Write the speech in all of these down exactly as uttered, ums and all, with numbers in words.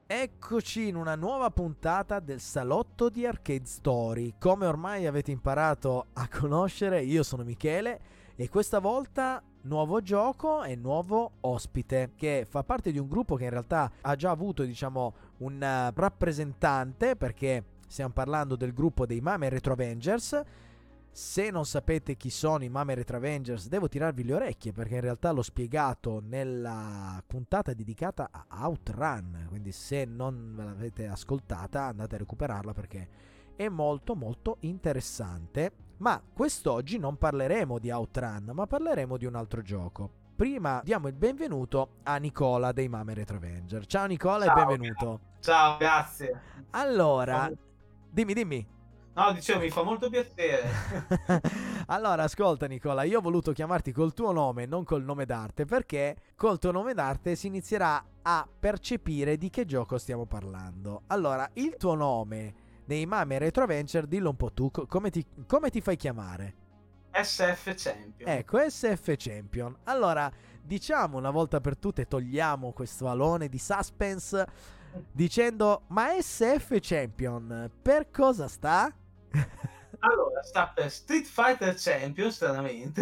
Eccoci in una nuova puntata del Salotto di Arcade Story. Come ormai avete imparato a conoscere, io sono Michele e questa volta nuovo gioco e nuovo ospite che fa parte di un gruppo che in realtà ha già avuto, diciamo, un uh, rappresentante, perché stiamo parlando del gruppo dei Mame Retro Avengers. Se non sapete chi sono i Mame Retro Avengers, devo tirarvi le orecchie, perché in realtà l'ho spiegato nella puntata dedicata a Outrun, quindi se non ve l'avete ascoltata andate a recuperarla perché è molto molto interessante. Ma quest'oggi non parleremo di Outrun, ma parleremo di un altro gioco. Prima diamo il benvenuto a Nicola dei Mame Retro Avengers. Ciao Nicola. Ciao, e benvenuto. Ciao, grazie. Allora, dimmi dimmi. No, dicevo, mi fa molto piacere. Allora, ascolta Nicola, io ho voluto chiamarti col tuo nome, non col nome d'arte, perché col tuo nome d'arte si inizierà a percepire di che gioco stiamo parlando. Allora, il tuo nome nei Mame Retro Adventure, dillo un po' tu, come ti, come ti fai chiamare? S F Champion. Ecco, S F Champion. Allora, diciamo una volta per tutte, togliamo questo alone di suspense dicendo, ma S F Champion per cosa sta? Allora, sta per Street Fighter Champion, stranamente.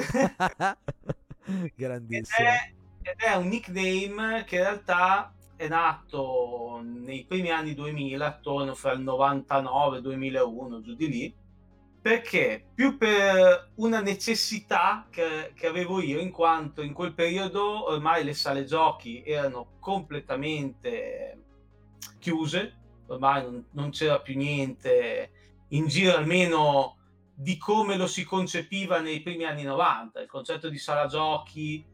Grandissimo. Ed è, ed è un nickname che in realtà è nato nei primi anni duemila, attorno fra il novantanove e il duemilauno, giù di lì, perché più per una necessità che, che avevo io, in quanto in quel periodo ormai le sale giochi erano completamente chiuse, ormai non, non c'era più niente in giro, almeno di come lo si concepiva nei primi anni novanta, il concetto di sala giochi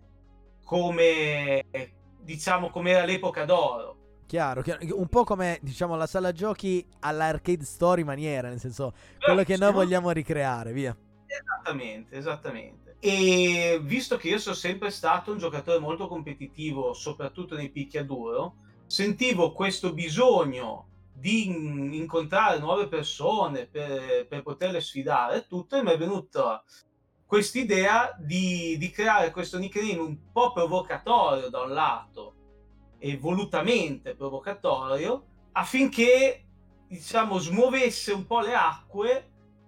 come, diciamo, come era l'epoca d'oro. Chiaro, chiaro, un po' come, diciamo, la sala giochi all'Arcade Story maniera, nel senso, quello che noi vogliamo ricreare, via. Esattamente, esattamente. E visto che io sono sempre stato un giocatore molto competitivo, soprattutto nei picchiaduro, sentivo questo bisogno di incontrare nuove persone per, per poterle sfidare tutto, e mi è venuta quest'idea di, di creare questo nickname un po' provocatorio da un lato e volutamente provocatorio, affinché, diciamo, smuovesse un po' le acque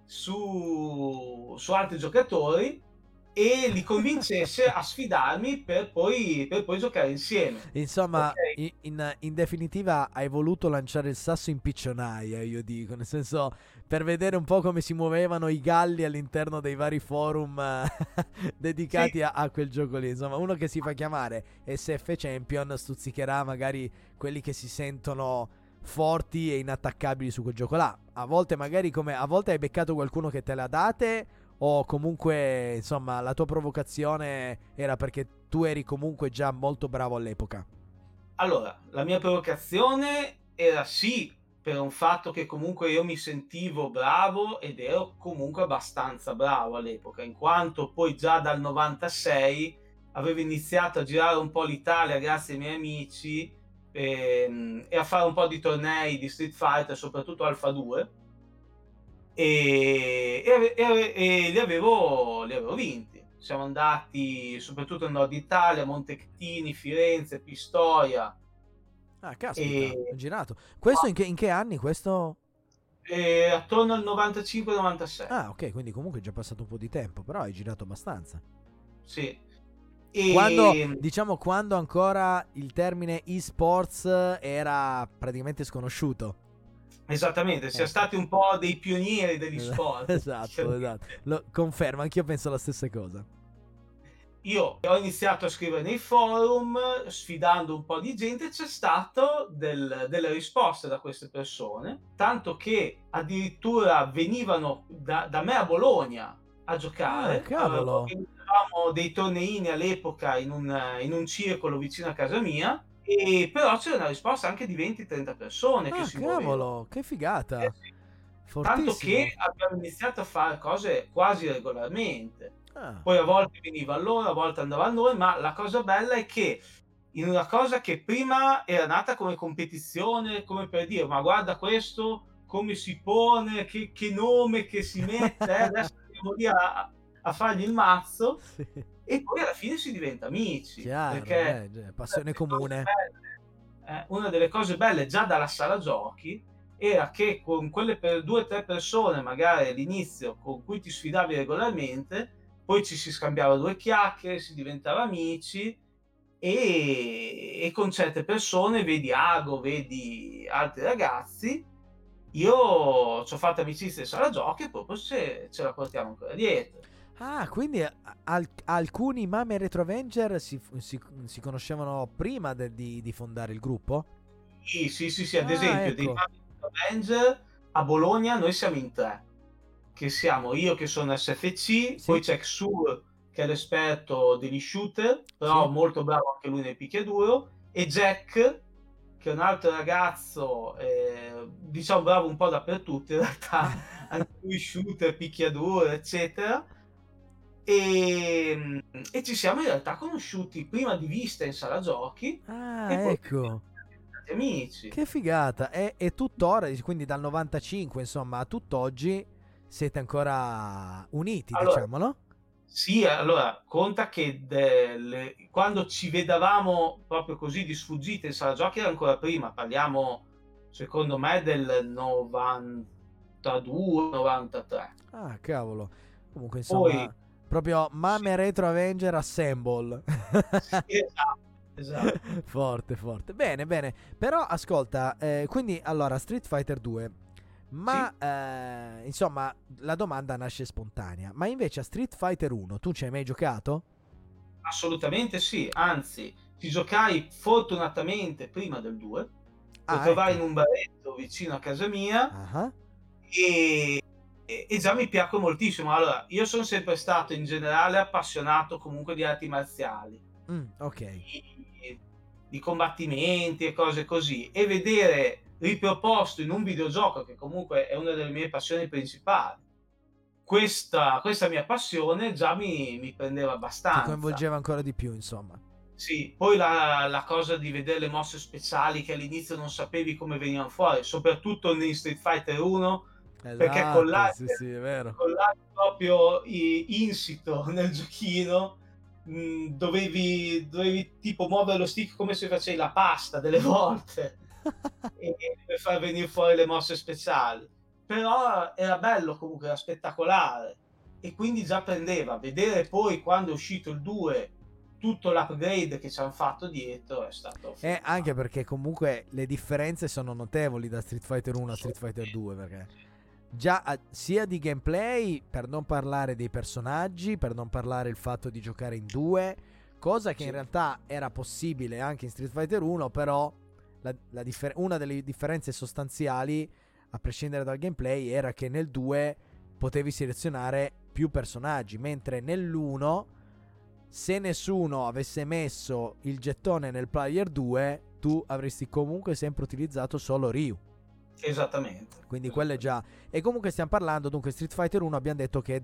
su, su altri giocatori e li convincesse a sfidarmi per poi, per poi giocare insieme. Insomma, okay. in, in definitiva hai voluto lanciare il sasso in piccionaia, io dico, nel senso, per vedere un po' come si muovevano i galli all'interno dei vari forum dedicati sì. a, a quel gioco lì. Insomma, uno che si fa chiamare S F Champion stuzzicherà magari quelli che si sentono forti e inattaccabili su quel gioco là. A volte magari come a volte hai beccato qualcuno che te la date, o comunque, insomma, la tua provocazione era perché tu eri comunque già molto bravo all'epoca? Allora, la mia provocazione era sì per un fatto che comunque io mi sentivo bravo ed ero comunque abbastanza bravo all'epoca, in quanto poi già dal novantasei avevo iniziato a girare un po' l'Italia grazie ai miei amici e, e a fare un po' di tornei di Street Fighter, soprattutto Alpha due, e, e, e, e li, avevo, li avevo vinti. Siamo andati soprattutto in Nord Italia, Montecatini, Firenze, Pistoia. Ah, caspita, e... ho girato. Questo in che, in che anni? Questo? E attorno al novantacinque novantasei. Ah, ok, quindi comunque è già passato un po' di tempo, però hai girato abbastanza. Sì. E... Quando, diciamo, quando ancora il termine eSports era praticamente sconosciuto. Esattamente, siamo ecco. stati un po' dei pionieri degli sport. Esatto, esatto. Lo confermo, anch'io penso la stessa cosa. Io ho iniziato a scrivere nei forum, sfidando un po' di gente, c'è stato del, delle risposte da queste persone, tanto che addirittura venivano da, da me a Bologna a giocare. Ah, cavolo! Organizzavamo dei torneini all'epoca in un, in un circolo vicino a casa mia, e però c'era una risposta anche di venti trenta persone ah, che si cavolo, muovevano. Che figata! Eh sì. Tanto che abbiamo iniziato a fare cose quasi regolarmente. Ah. Poi a volte veniva a loro, a volte andava a noi, ma la cosa bella è che in una cosa che prima era nata come competizione, come per dire, ma guarda questo come si pone, che, che nome che si mette, eh? Adesso andiamo lì a, a fargli il mazzo, sì. E poi alla fine si diventa amici. Chiaro, perché eh, passione comune. eh, una delle cose belle già dalla sala giochi era che con quelle per due o tre persone, magari all'inizio, con cui ti sfidavi regolarmente, poi ci si scambiava due chiacchiere, si diventava amici e e con certe persone, vedi Ago, vedi altri ragazzi, io c'ho fatto amicizia in sala giochi e proprio ce ce la portiamo ancora dietro. Ah, quindi a- al- alcuni Mame Retro Avenger si, si- si conoscevano prima de- di, di fondare il gruppo? Sì, sì, sì, sì, ad Ah, esempio dei ecco. Marvel Avenger a Bologna noi siamo in tre, che siamo io che sono S F C, poi Sì? c'è Xur che è l'esperto degli shooter, però Sì? molto bravo anche lui nel picchiaduro, e Jack che è un altro ragazzo, ehm, diciamo bravo un po' dappertutto in realtà, anche lui shooter, picchiaduro, eccetera. Ehm, e ci siamo in realtà conosciuti prima di vista in sala giochi Ah, e poi siamo ecco. diventati amici. Che figata. E, e tuttora, quindi dal novantacinque, insomma, a tutt'oggi, siete ancora uniti, Allora diciamo, no? sì, allora conta che del quando ci vedevamo proprio così di sfuggita in sala giochi era ancora prima, parliamo secondo me del novantadue, novantatré. Ah, cavolo. Comunque, Poi insomma, proprio sì, Mame Retro Avenger Assemble. sì, esatto, esatto. Forte, forte. Bene, bene. Però ascolta, eh, quindi allora Street Fighter due. Ma Sì, eh, insomma, la domanda nasce spontanea. Ma invece a Street Fighter uno tu ci hai mai giocato? assolutamente sì, anzi ci giocai fortunatamente prima del due, lo Ah, trovai ecco. in un baretto vicino a casa mia. Ah, E e e già mi piacque moltissimo. Allora, io son sempre stato in generale appassionato comunque di arti marziali, mm, ok. di di combattimenti e cose così, e vedere riproposto in un videogioco, che comunque è una delle mie passioni principali, questa questa mia passione già mi mi prendeva Ti abbastanza. coinvolgeva ancora di più, insomma. Sì, poi la la cosa di vedere le mosse speciali che all'inizio non sapevi come venivan fuori, soprattutto in Street Fighter uno, perché con Esatto, sì, l'hacker sì, è vero. con l'hack proprio i insito nel giochino, mhmm, dovevi dovevi tipo muovere lo stick come se facevi la pasta delle volte, e per far venir fuori le mosse speciali. Però era bello comunque, era spettacolare e quindi già prendeva. Vedere poi quando è uscito il due tutto l'upgrade che ci han fatto dietro è stato E anche fenomenale. perché comunque le differenze sono notevoli da Street Fighter uno a Street Fighter due, Assolutamente, perché sì. già a- sia di gameplay, per non parlare dei personaggi, per non parlare il fatto di giocare in due, cosa che in Sì, realtà era possibile anche in Street Fighter uno, però la- la differ- una delle differenze sostanziali, a prescindere dal gameplay, era che nel due potevi selezionare più personaggi, mentre nell'uno, se nessuno avesse messo il gettone nel player due, tu avresti comunque sempre utilizzato solo Ryu. esattamente, Quindi quello è esattamente. già. E comunque stiamo parlando. Dunque, Street Fighter uno abbiamo detto che è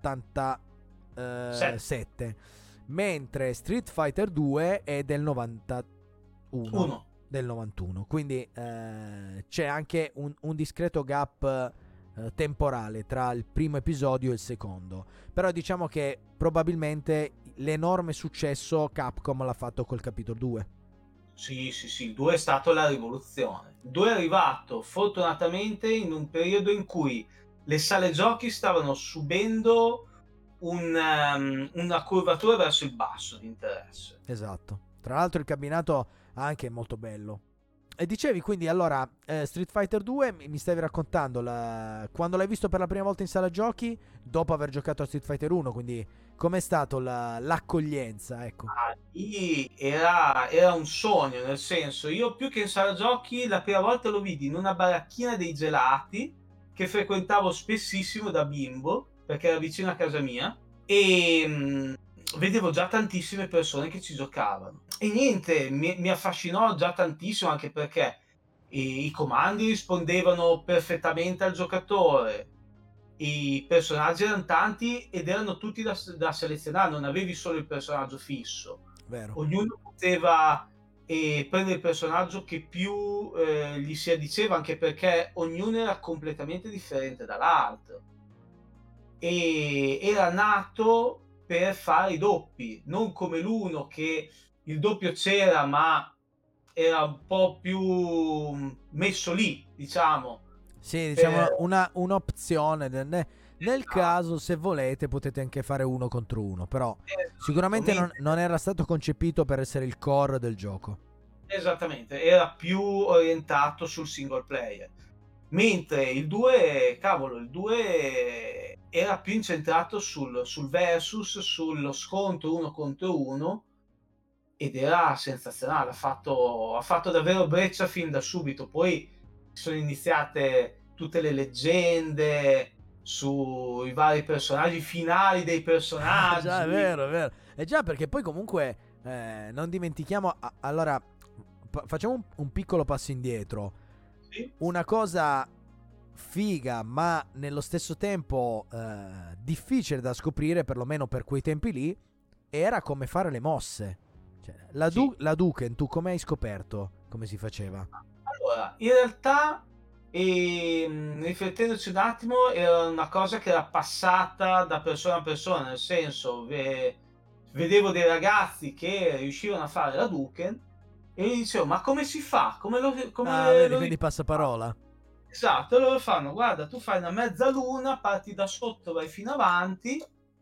sette, dell'ottantasette. Mentre Street Fighter due è del novantuno. uno. Del novantuno. Quindi eh, c'è anche un, un discreto gap eh, temporale tra il primo episodio e il secondo. Però diciamo che probabilmente l'enorme successo Capcom l'ha fatto col capitolo due. Sì, sì, sì, il due è stato la rivoluzione. Il due è arrivato fortunatamente in un periodo in cui le sale giochi stavano subendo un, ehm, una curvatura verso il basso di interesse. Esatto. Tra l'altro il cabinato anche è molto bello. E dicevi quindi allora eh, Street Fighter due mi mi stavi raccontando la- quando l'hai visto per la prima volta in sala giochi dopo aver giocato a Street Fighter uno, quindi com'è stato la- l'accoglienza, ecco. Ah, lì era, era un sogno, nel senso, io più che in sala giochi la prima volta lo vidi in una baracchina dei gelati che frequentavo spessissimo da bimbo, perché era vicino a casa mia, e mh, vedevo già tantissime persone che ci giocavano. E niente, mi, mi affascinò già tantissimo anche perché i, i comandi rispondevano perfettamente al giocatore, i personaggi eran tanti ed erano tutti da s da selezionare, non avevi solo il personaggio fisso. Vero? Ognuno poteva, ehm, prendere il personaggio che più, ehm, gli si addiceva, anche perché ognuno era completamente differente dall'altro. E era nato per fare i doppi, non come l'uno che il doppio c'era, ma era un po' più messo lì, diciamo. Sì, diciamo Per... una, un'opzione. Ne- Nel Esatto, caso, se volete, potete anche fare uno contro uno. Però esatto, sicuramente non, mentre non era stato concepito per essere il core del gioco. esattamente, era più orientato sul single player. Mentre il due, cavolo, il due era più incentrato sul, sul versus, sullo scontro uno contro uno, ed era sensazionale. Ha fatto, ha fatto davvero breccia fin da subito. Poi sono iniziate tutte le leggende sui vari personaggi, i finali dei Ah, già, è personaggi. vero, è vero. E già, perché poi comunque eh, non dimentichiamo. a- allora, pa- facciamo un, un piccolo passo indietro. Sì, Una cosa figa, ma nello stesso tempo eh, difficile da scoprire, perlomeno per quei tempi lì, era come fare le mosse. Cioè, la, sì. du- la Duken, tu come hai scoperto come si faceva? Allora, in realtà, ehm, riflettendoci un attimo, era una cosa che era passata da persona a persona, nel senso, ve vedevo dei ragazzi che riuscivano a fare la Duken e gli dicevo: "Ma come si fa? Come lo Ah, come vedi, lo quindi riesci a fare?" passaparola. Esatto, e loro fanno: "Guarda, tu fai una mezzaluna, parti da sotto, vai fino avanti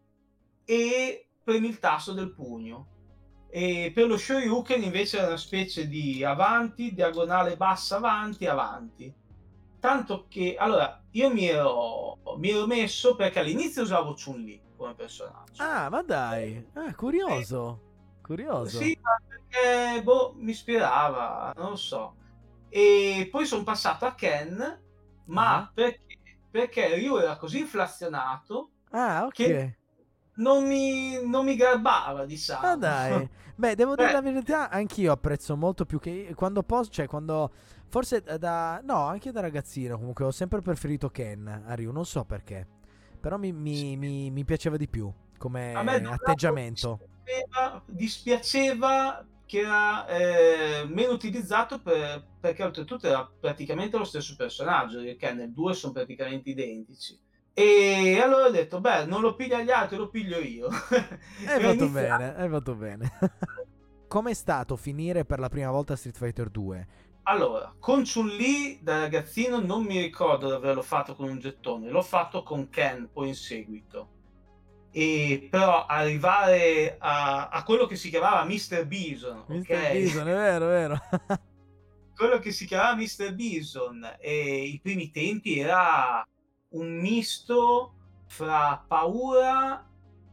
e premi il tasto del pugno." E per lo Shoryuken invece era una specie di avanti, diagonale bassa, avanti, avanti. Tanto che allora io mi ero mi ero messo perché all'inizio usavo Chun-Li come personaggio. Ah, ma Eh, dai, ah, sì, curioso, curioso. sì, ma perché boh, mi ispirava, non lo so. E poi son passato a Ken, Ah, ma perché perché Ryu era così inflazionato ah, che ok. non mi non mi garbava, Ah, diciamo. dai. Beh, devo dire Cioè la verità, anch'io apprezzo molto più che quando posso, cioè quando forse da no, anche da ragazzino comunque ho sempre preferito Ken a Ryu, non so perché. Però mi, sì. mi, mi, mi piaceva di più A me come da un lato atteggiamento. dispiaceva dispiaceva che era, ehm, meno utilizzato per perché oltretutto era praticamente lo stesso personaggio, il Ken e il due son praticamente identici. E allora ho detto: "Beh, non lo pigliano gli altri, lo piglio io." Hai E ho fatto iniziato. bene, hai fatto bene. Com'è stato finire per la prima volta Street Fighter due? Allora, con Chun-Li da ragazzino non mi ricordo di averlo fatto con un gettone, l'ho fatto con Ken poi in seguito. E però arrivare a a quello che si chiamava mister Bison, mister okay? Bison, è vero, è vero. Quello che si chiamava mister Bison, e i primi tempi era un misto fra paura,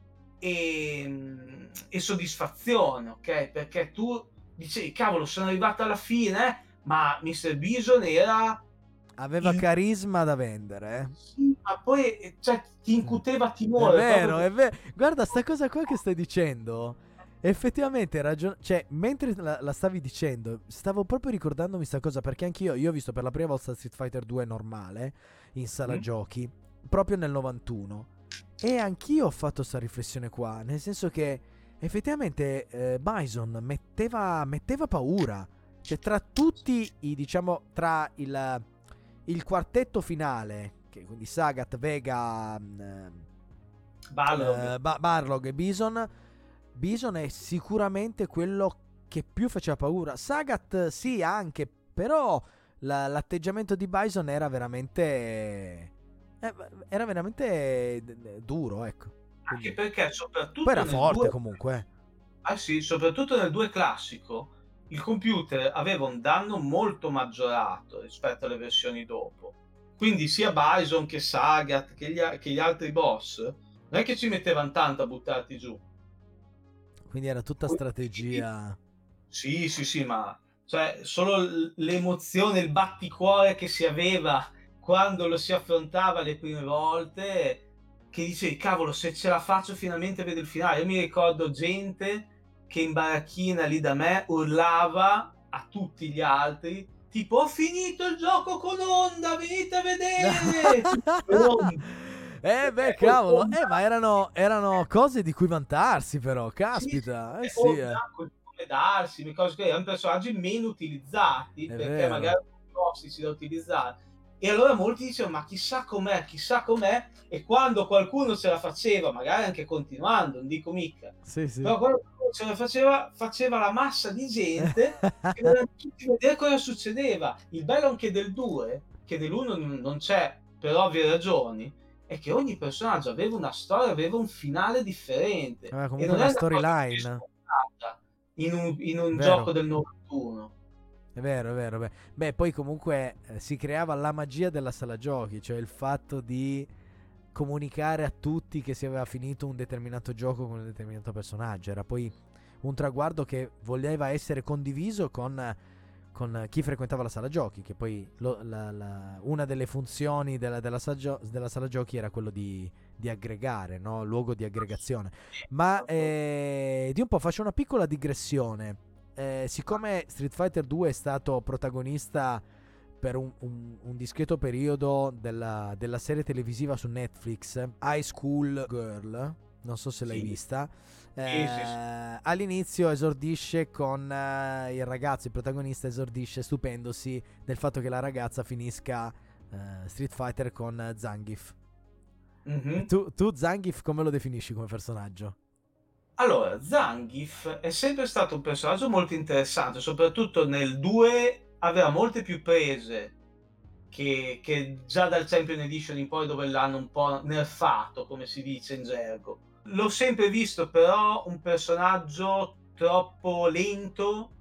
ehm, e soddisfazione, okay, perché tu dicevi: "Cavolo, sono arrivato alla fine, eh", ma mister Bison era Aveva il carisma da vendere, eh. sì, ma poi, ehm, cioè ti incuteva È timore proprio vero, per è vero. Guarda, sta cosa qua che stai dicendo. Effettivamente hai ragione. Cioè, mentre la, la stavi dicendo, stavo proprio ricordandomi sta cosa. Perché anch'io io ho visto per la prima volta Street Fighter due normale in sala mh? giochi proprio nel novantuno. E anch'io ho fatto sta riflessione qua. Nel senso che effettivamente eh, Bison metteva, metteva paura. Cioè, tra tutti i, diciamo, tra il, il quartetto finale, che quindi Sagat, Vega. mh, Balrog. eh, Ba- Barlog e Bison. Bison è sicuramente quello che più faceva paura. Sagat sì, anche, però la- l'atteggiamento di Bison era veramente eh, era veramente eh, duro, ecco. Anche Quindi perché poi soprattutto era nel forte due comunque, eh. ah sì, soprattutto nel due classico, il computer aveva un danno molto maggiorato rispetto alle versioni dopo. Quindi sia Bison che Sagat che gli a che gli altri boss, non è che ci mettevan tanto a buttarti giù. Quindi era tutta Quindi strategia. sì, sì, sì, ma cioè solo l l'emozione, il batticuore che si aveva quando lo si affrontava le prime volte, che dicevi: "Cavolo, se ce la faccio finalmente vedo il finale." Io mi ricordo gente che in baracchina lì da me urlava a tutti gli altri, tipo: "Ho finito il gioco con Honda, venite a vedere!" Eh beh, Perché cavolo. Eh, Honda ma erano, erano cose di cui vantarsi, però. sì, sì, Caspita. Eh e sì, eh. Honda, come Darsi, cose così, erano personaggi meno utilizzati, È perché magari vero. erano tossici da utilizzare. E allora molti dicevano: "Ma chissà com'è, chissà com'è", e quando qualcuno ce la faceva, magari anche continuando, non dico mica, Sì, sì. però quando ce la faceva faceva la massa di gente che voleva tutti vedere cosa succedeva. Il bello anche del due, che nell'uno n non c'è per ovvie ragioni, è che ogni personaggio aveva una storia, aveva un finale differente Aveva e comunque non è una una cosa così storyline. scontata in un in un Vero. gioco del novantuno. È vero, è vero, beh. Beh, poi comunque eh, si creava la magia della sala giochi, cioè il fatto di comunicare a tutti che si aveva finito un determinato gioco con un determinato personaggio. Era poi un traguardo che voleva essere condiviso con, con chi frequentava la sala giochi, che poi lo- la- la- una delle funzioni della, della sala gio- della sala giochi era quello di, di aggregare, no? Luogo di aggregazione. Ma eh, di un po' faccio una piccola digressione. Eh, siccome Street Fighter due è stato protagonista per un, un- un discreto periodo della, della serie televisiva su Netflix, High School Girl, non so se l'hai Sì, vista, sì, sì, sì. eh, all'inizio esordisce con eh, il ragazzo, il protagonista esordisce stupendosi del fatto che la ragazza finisca eh, Street Fighter con Zangief. Mh-mh. Tu, tu Zangief come lo definisci come personaggio? Allora, Zangief è sempre stato un personaggio molto interessante, soprattutto nel due aveva molte più prese che che già dal Champion Edition in poi, dove l'hanno un po' nerfato, come si dice in gergo. L'ho sempre visto però un personaggio troppo lento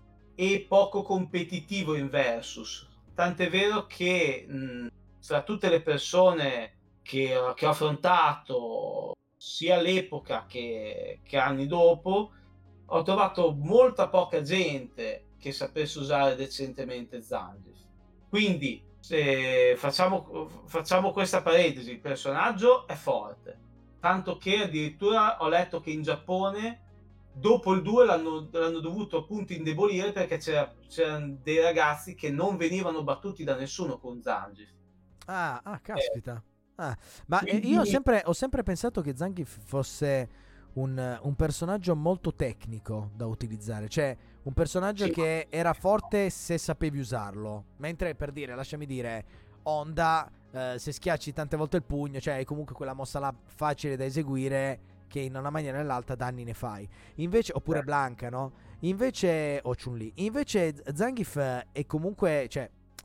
e poco competitivo in versus. Tant'è vero che, mhmm, fra tutte le persone che ho che ho affrontato, sia all'epoca che che anni dopo, ho trovato molta poca gente che sapesse usare decentemente Zangief. Quindi, se facciamo f facciamo questa parentesi, il personaggio è forte, tanto che addirittura ho letto che in Giappone dopo il due l'hanno l'hanno dovuto appunto indebolire, perché c'era c'eran dei ragazzi che non venivano battuti da nessuno con Zangief. Ah, ah, Eh, caspita. Ah, ma eh, io ho quindi sempre, ho sempre pensato che Zangief fosse un, un personaggio molto tecnico da utilizzare. Cioè, un personaggio sì, che era forte se sapevi usarlo. Mentre, per dire, lasciami dire, Honda, eh, se schiacci tante volte il pugno, cioè è comunque quella mossa là facile da eseguire, che in una maniera o nell'altra danni ne fai. Invece, oppure Blanca, no? Invece, o Chun-Li. Invece Zangief è comunque, cioè,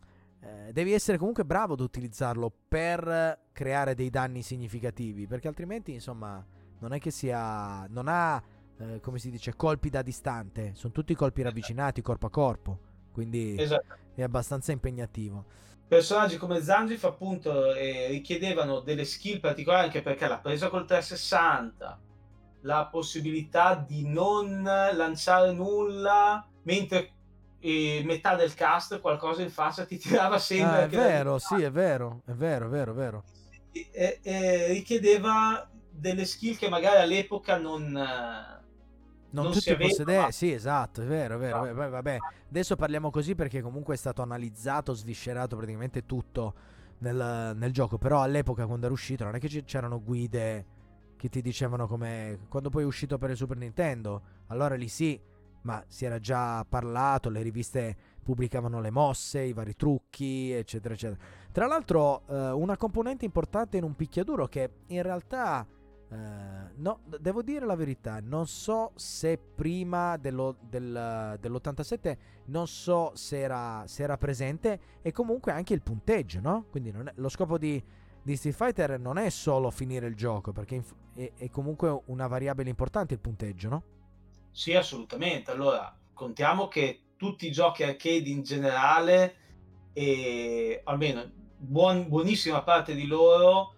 eh, devi essere comunque bravo ad utilizzarlo per creare dei danni significativi, perché altrimenti, insomma, non è che sia, non ha, eh, come si dice, colpi da distante, sono tutti colpi ravvicinati, corpo a corpo, quindi esatta è abbastanza impegnativo. personaggi come Zangief appunto, ehm, richiedevano delle skill particolari, anche perché la presa col trecentosessanta, la possibilità di non lanciare nulla, mentre, ehm, metà del cast qualcosa in faccia ti tirava sempre Ah, è anche da vero, sì, è distante. vero, è vero, è vero, è vero. E e e richiedeva delle skill che magari all'epoca non eh, Non non si tutti aveva, possedere, ma sì, esatto, è vero, è vero, è vero. Poi, vabbè, adesso parliamo così perché comunque è stato analizzato, sviscerato praticamente tutto nel, nel gioco. Però all'epoca, quando era uscito, non è che c'erano guide che ti dicevano come. Quando poi è uscito per il Super Nintendo, allora lì sì, ma si era già parlato, le riviste pubblicavano le mosse, i vari trucchi, eccetera, eccetera. Tra l'altro, eh, una componente importante in un picchiaduro che in realtà. Uh, no, devo dire la verità, non so se prima dello, del, dell'ottantasette, non so se era, se era presente, e comunque anche il punteggio, no? Quindi non è, lo scopo di, di Street Fighter non è solo finire il gioco, perché inf- è, è comunque una variabile importante il punteggio, no? sì, assolutamente. Allora, contiamo che tutti i giochi arcade in generale, ehm, almeno buon buonissima parte di loro,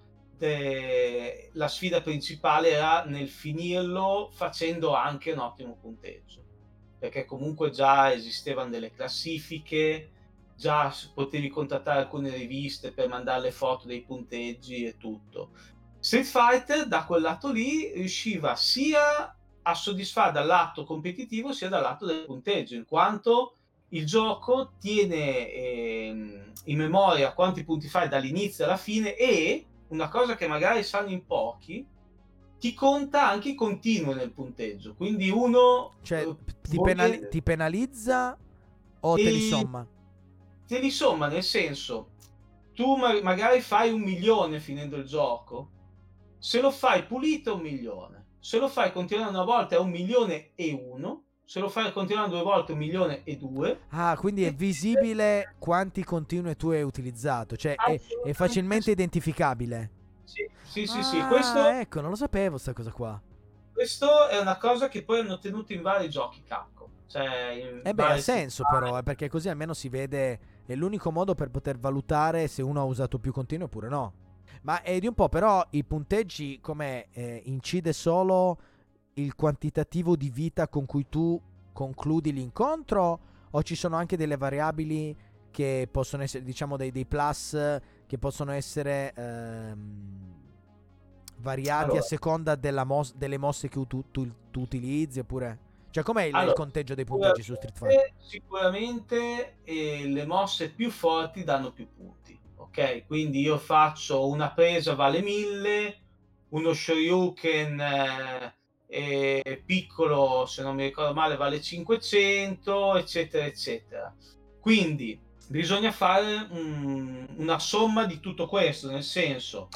de la sfida principale era nel finirlo facendo anche un ottimo punteggio, perché comunque già esistevan delle classifiche, già s potevi contattare alcune riviste per mandar le foto dei punteggi e tutto. Street Fighter da quel lato lì riusciva sia a soddisfare dal lato competitivo, sia dal lato del punteggio, in quanto il gioco tiene, ehm, in memoria quanti punti fai dall'inizio alla fine e, una cosa che magari sanno in pochi, ti conta anche i continui nel punteggio. Quindi uno, Cioè, uhm, ti, penali- vole ti penalizza o te li ehm, somma? te li somma, nel senso, tu ma magari fai un milione finendo il gioco, se lo fai pulito è un milione. se lo fai continuare una volta è un milione e uno, se lo fai continuare due volte un milione e due. Ah, quindi è visibile quanti continui tu hai utilizzato, cioè è, è Assolutamente facilmente sì. identificabile. Sì, sì, sì, sì. Ah, Questo, ecco, non lo sapevo sta cosa qua. questo è una cosa che poi hanno ottenuto in vari giochi Capcom, cioè in Eh beh, ha vari senso Street però, eh, perché così almeno si vede, è l'unico modo per poter valutare se uno ha usato più continui oppure no. Ma è di un po', però i punteggi come eh, incide solo il quantitativo di vita con cui tu concludi l'incontro o ci sono anche delle variabili che possono essere, diciamo, dei, dei plus che possono essere ehm, variati a allora, seconda della mos- delle mosse che tu, tu- tu utilizzi oppure... Cioè com'è il, il allora, conteggio dei punteggi su Street Fighter? sicuramente, sicuramente eh, le mosse più forti danno più punti, ok? Quindi io faccio una presa vale mille, uno Shoryuken eh, eh, piccolo, se non mi ricordo male, vale cinquecento, eccetera, eccetera. Quindi bisogna fare un- una somma di tutto questo, nel senso,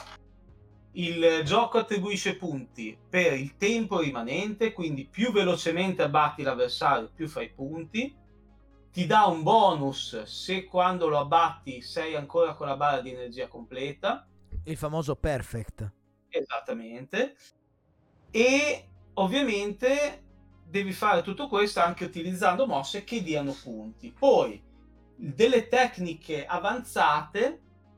il gioco attribuisce punti per il tempo rimanente, quindi più velocemente abbatti l'avversario, più fai punti. Ti dà un bonus se quando lo abbatti sei ancora con la barra di energia completa. Il famoso perfect. Esattamente. E ovviamente devi fare tutto questo anche utilizzando mosse che diano punti. Poi delle tecniche avanzate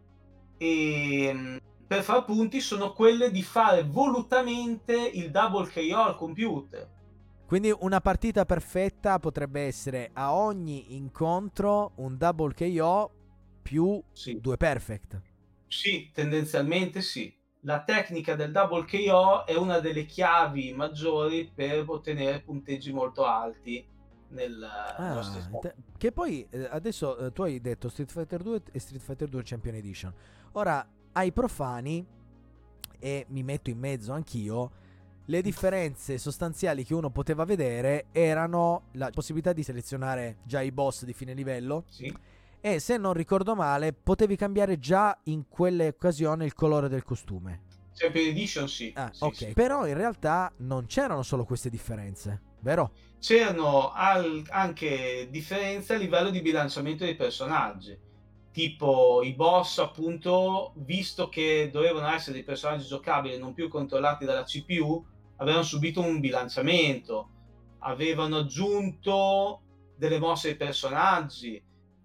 ehm, per far punti sono quelle di fare volutamente il double K O al computer. Quindi una partita perfetta potrebbe essere a ogni incontro un double K O più Sì, due perfect. sì, tendenzialmente sì. La tecnica del double K O è una delle chiavi maggiori per ottenere punteggi molto alti nel, nello Ah, stesso. te- che poi eh, adesso eh, tu hai detto Street Fighter due e Street Fighter due Champion Edition. Ora, ai profani, e mi metto in mezzo anch'io, le differenze sostanziali che uno poteva vedere erano la possibilità di selezionare già i boss di fine livello Sì. e, se non ricordo male, potevi cambiare già in quelle occasioni il colore del costume. Champion Edition sì. Ah, Sì, ok. sì. Però in realtà non c'erano solo queste differenze, vero? C'erano al- anche differenze a livello di bilanciamento dei personaggi. Tipo i boss, appunto, visto che dovevano essere dei personaggi giocabili e non più controllati dalla C P U, avevano subito un bilanciamento, avevano aggiunto delle mosse ai personaggi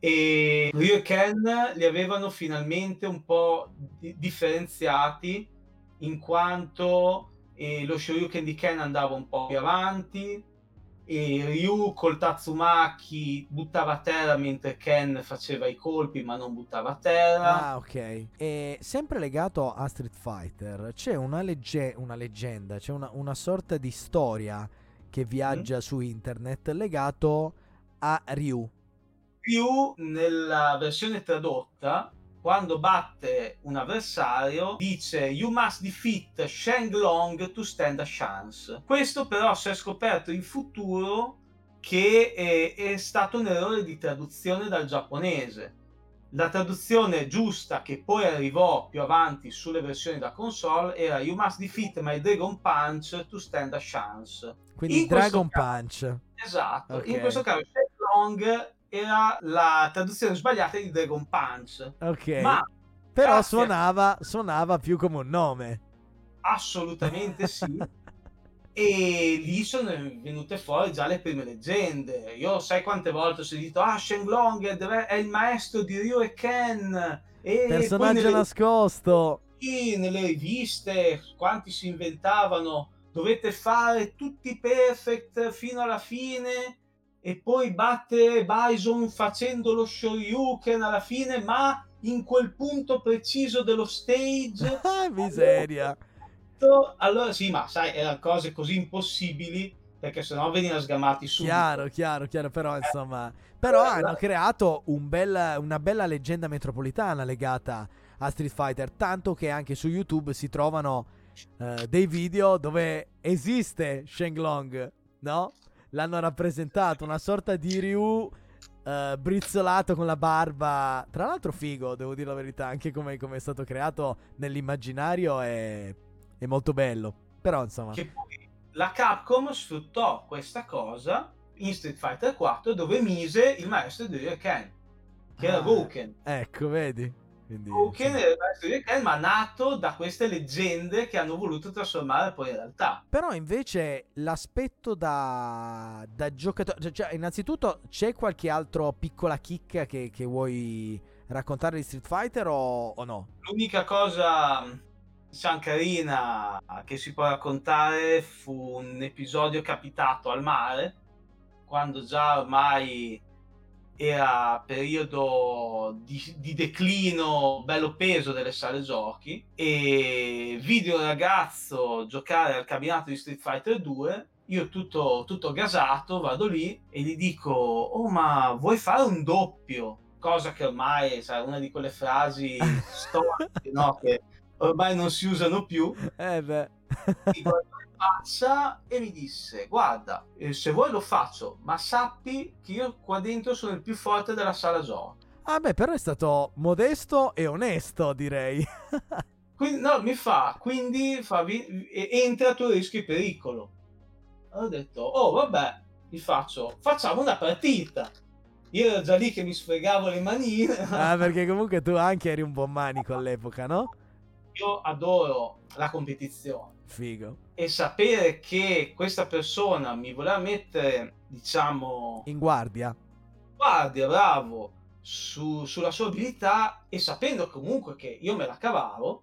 e Ryu e Ken li avevano finalmente un po' di- differenziati, in quanto eh, lo Shoryuken di Ken andava un po' più avanti e Ryu col Tatsumaki buttava a terra mentre Ken faceva i colpi ma non buttava a terra. Ah, ok. E sempre legato a Street Fighter, c'è una, legge- una leggenda, c'è una, una sorta di storia che Mm? viaggia su internet legato a Ryu. Più nella versione tradotta, quando batte un avversario, dice "You must defeat Shenlong to stand a chance". Questo però si è scoperto in futuro che è, è stato un errore di traduzione dal giapponese. La traduzione giusta, che poi arrivò più avanti sulle versioni da console, era "You must defeat my Dragon Punch to stand a chance". Quindi In questo Dragon caso, Punch. esatto, in questo Ok. caso Shenlong era la traduzione sbagliata di Dragon Punch, ma Ok. Però grazie a suonava, suonava più come un nome. assolutamente sì, e lì sono venute fuori già le prime leggende. Io sai quante volte ho sentito: "Ah, Shenlong è deve è il maestro di Ryu e Ken", e poi Personaggio nelle nascosto. sì, nelle riviste quanti si inventavano: "Dovete fare tutti perfect fino alla fine e poi battere Bison facendo lo Shoryuken alla fine, ma in quel punto preciso dello stage". Ah, Allora miseria. allora sì, ma sai, eran cose così impossibili, perché se no veniva sgamati Chiaro, subito. chiaro, chiaro, però Eh, insomma... Però hanno la creato un bel- una bella leggenda metropolitana legata a Street Fighter, tanto che anche su YouTube si trovano eh, dei video dove esiste Shenlong, no? L'hanno rappresentato, una sorta di Ryu eh, brizzolato con la barba. Tra l'altro figo, devo dire la verità, anche come come è stato creato nell'immaginario è, è molto bello. Però insomma... che poi la Capcom sfruttò questa cosa in Street Fighter quattro, dove mise il maestro di Ryu Ken, che era Ah, Gouken. ecco, vedi? Quindi, Gouken sì. era il maestro di Ryu Ken, ma nato da queste leggende che hanno voluto trasformare poi in realtà. Però invece l'aspetto da, da giocatore, cioè, cioè, innanzitutto c'è qualche altro piccola chicca che, che vuoi raccontare di Street Fighter o, o no? L'unica cosa, diciamo, carina che si può raccontare fu un episodio capitato al mare, quando già ormai era periodo di, di declino bello peso delle sale giochi, e vidi un ragazzo giocare al cabinato di Street Fighter due. Io tutto, tutto gasato vado lì e gli dico: oh, ma vuoi fare un doppio? Cosa che ormai, sai, una di quelle frasi storiche, no? Che ormai non si usano più. Eh beh. Mi guardò in faccia e mi disse: guarda, eh, se vuoi lo faccio, ma sappi che io qua dentro sono il più forte della sala giochi. Ah beh, però è stato modesto e onesto, direi. Quindi, no, mi fa, quindi fa, vi- e- entra, tu rischi pericolo. Allora ho detto: oh, vabbè, gli faccio, facciamo una partita. Io ero già lì che mi sfregavo le manine. Ah, perché comunque tu anche eri un buon manico all'epoca, no? Io adoro la competizione. Figo. E sapere che questa persona mi voleva mettere, diciamo, In guardia. guardia, bravo, su, sulla sua abilità, e sapendo comunque che io me la cavavo,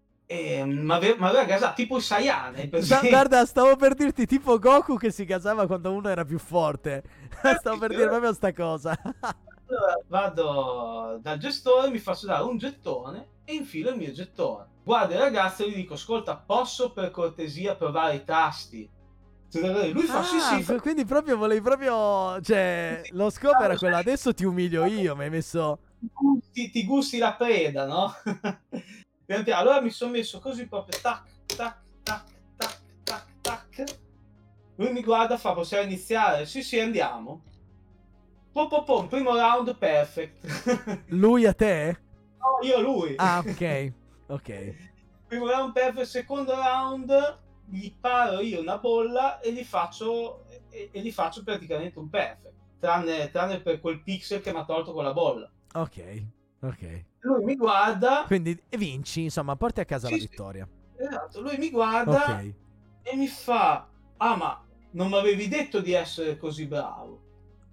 e mi aveva gasato, tipo il Saiyan, hai Da- presente? guarda, stavo per dirti tipo Goku che si gasava quando uno era più forte. Stavo per dire proprio sta cosa. Allora vado dal gestore, mi faccio dare un gettone e infilo il mio gettone. Guarda il ragazzo e gli dico: ascolta, posso per cortesia provare i tasti? Lui fa: sì, Ah, sì, fa- quindi proprio volevi proprio... Cioè, sì, lo scopo era quello, sai, adesso ti umilio io, mi hai messo... ti gusti, ti gusti la preda, no? Pian piano. Allora mi sono messo così proprio, tac, tac, tac, tac, tac, tac. Lui mi guarda, fa: possiamo iniziare? Sì, sì, andiamo. Pom pom pom, primo round perfect. Lui a te? No, io a lui. Ah, ok, ok. Primo round perfect, secondo round gli paro io una bolla e gli faccio, e, e gli faccio praticamente un perfect. Tranne, tranne per quel pixel che mi ha tolto con la bolla. Ok, ok. Lui mi guarda. Quindi e vinci, insomma, porti a casa la Sì, sì, vittoria. esatto. Lui mi guarda Ok. e mi fa: ah, ma non mi avevi detto di essere così bravo?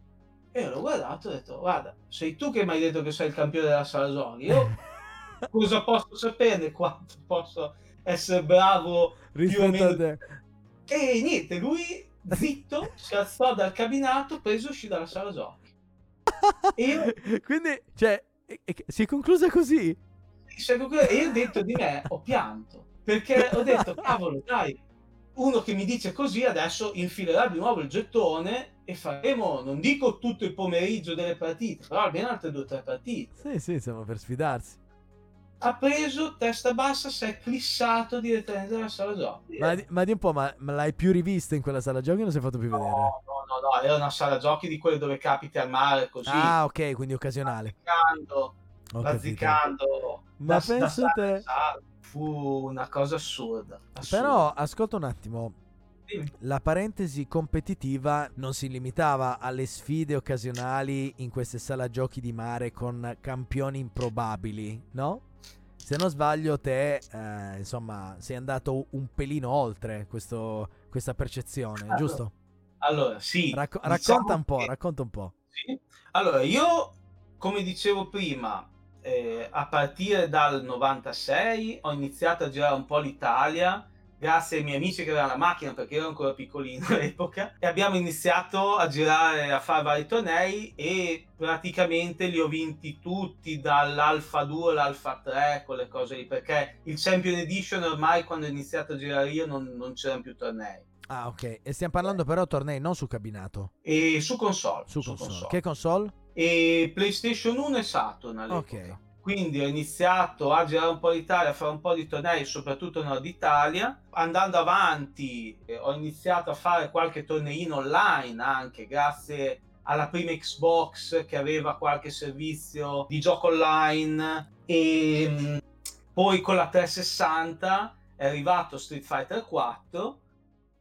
E io l'ho guardato e ho detto: guarda, sei tu che mi hai detto che sei il campione della sala giochi. Io cosa posso saperne quanto posso essere bravo più o Rispetto a meno? te. E niente, lui zitto si alzò dal cabinato, preso, uscì dalla sala giochi. E io, Quindi, cioè, e- e- si è conclusa così? e io dentro di me ho pianto, perché ho detto: cavolo, dai, uno che mi dice così adesso infilerà di nuovo il gettone e faremo, non dico tutto il pomeriggio delle partite, però almeno altre due o tre partite. Sì, sì, insomma, per sfidarsi. Ha preso, testa bassa, si è clissato direttamente dalla sala giochi. Ma, di- ma di un po', ma, ma l'hai più rivista in quella sala giochi o non si è fatto più No, vedere? no, no, no, era una sala giochi di quelle dove capiti al mare così, Ah, ok, quindi occasionale. bazzicando, Ho capito. bazzicando da, Ma da pensa sala in te. sala. Fu una cosa assurda, Però, assurda. ascolta un attimo. Dimmi. La parentesi competitiva non si limitava alle sfide occasionali in queste sala giochi di mare con campioni improbabili, no? Se non sbaglio te, eh, insomma, sei andato un pelino oltre questo, questa percezione, Allora, giusto? allora, sì, Racco- racconta diciamo un po', che racconta un po'. sì. Allora, io, come dicevo prima, eh, a partire dal novantasei ho iniziato a girare un po' l'Italia, grazie ai miei amici che avevano la macchina, perché ero ancora piccolino all'epoca, e abbiamo iniziato a girare, a fare vari tornei, e praticamente li ho vinti tutti, dall'Alfa due all'Alfa tre, quelle cose lì, perché il Champion Edition ormai, quando ho iniziato a girare io, non, non c'erano più tornei. Ah, ok. E stiamo parlando però tornei non su cabinato, E su console, su su console. console. Che console? E PlayStation uno e Saturn Ok. all'epoca. Quindi ho iniziato a girare un po' l'Italia, a fare un po' di tornei, soprattutto Nord Italia. Andando avanti, eh, ho iniziato a fare qualche torneino online anche, grazie alla prima Xbox che aveva qualche servizio di gioco online. E mh, poi con la trecentosessanta è arrivato Street Fighter quattro,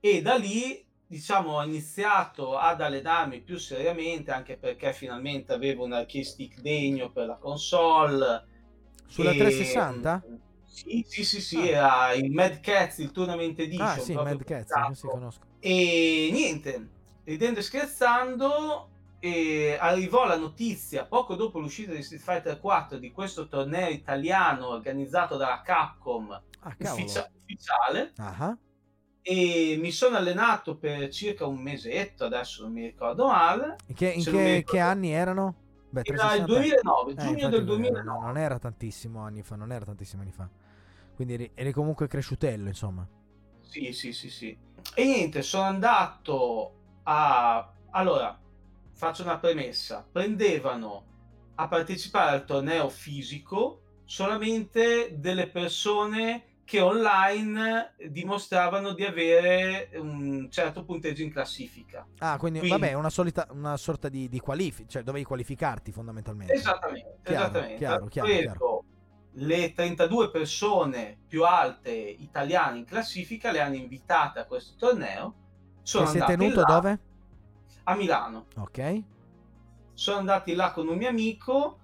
e da lì, diciamo, ho iniziato ad allenarmi più seriamente, anche perché finalmente avevo un arcade stick degno per la console. Sulla Ehm, trecentosessanta? sì, sì, sì, sì, Ah, era il Mad Catz, il Tournament ah Edition, sì, proprio Mad Catz, così pensato. conosco. E niente, ridendo e scherzando, ehm, arrivò la notizia poco dopo l'uscita di Street Fighter quattro di questo torneo italiano organizzato dalla Capcom, Ah, cavolo. ufficia ufficiale, Ah, e mi sono allenato per circa un mesetto, adesso non mi ricordo male, in che, in se non mi che, che ricordo, anni erano? Beh, era il trecentosessanta. duemilanove, Eh, giugno infatti del no, no, non duemilanove. era tantissimo anni fa, non era tantissimi anni fa. Quindi eri, eri comunque cresciutello, insomma. Sì, sì, sì, sì. E niente, sono andato a allora, faccio una premessa: prendevano a partecipare al torneo fisico solamente delle persone che online dimostravano di avere un certo punteggio in classifica. Ah, quindi Quindi vabbè, una solita, una sorta di, di qualifica, cioè dovevi qualificarti fondamentalmente. esattamente, Chiaro, esattamente. chiaro, Hanno chiaro, chiaro. preso le trentadue persone più alte italiane in classifica, le hanno invitate a questo torneo, Che sono si è andati tenuto là dove? a Milano. Ok. Sono andati là con un mio amico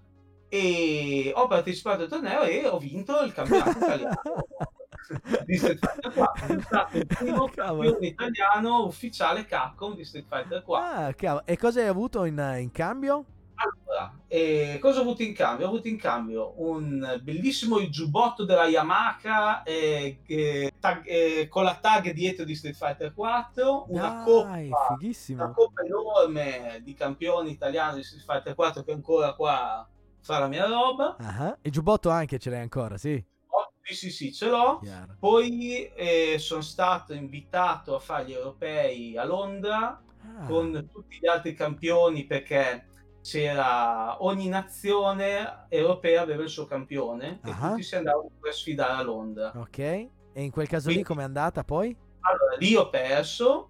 e ho partecipato al torneo e ho vinto il campionato italiano di Street Fighter quattro. Sono stato il primo Cavolo. campione italiano ufficiale Capcom di Street Fighter Ah, quattro. cavolo. E cosa hai avuto in, in cambio? Allora, ehm, cosa ho avuto in cambio? Ho avuto in cambio un bellissimo giubbotto della Yamaha, ehm, che tag ehm, con la tag dietro di Street Fighter quattro, una Dai, coppa una fighissimo. coppa enorme di campione italiano di Street Fighter quattro che è ancora qua fra la mia roba. Ah, il giubbotto anche ce l'hai ancora, sì. Oh, sì, sì, sì, ce l'ho. Chiaro. Poi, ehm, son stato invitato a fare gli europei a Londra Ah, con tutti gli altri campioni, perché c'era ogni nazione europea aveva il suo campione e ah, tutti si andavano poi a sfidare a Londra. ok. E in quel caso lì Quindi com'è andata poi? allora lì ho perso,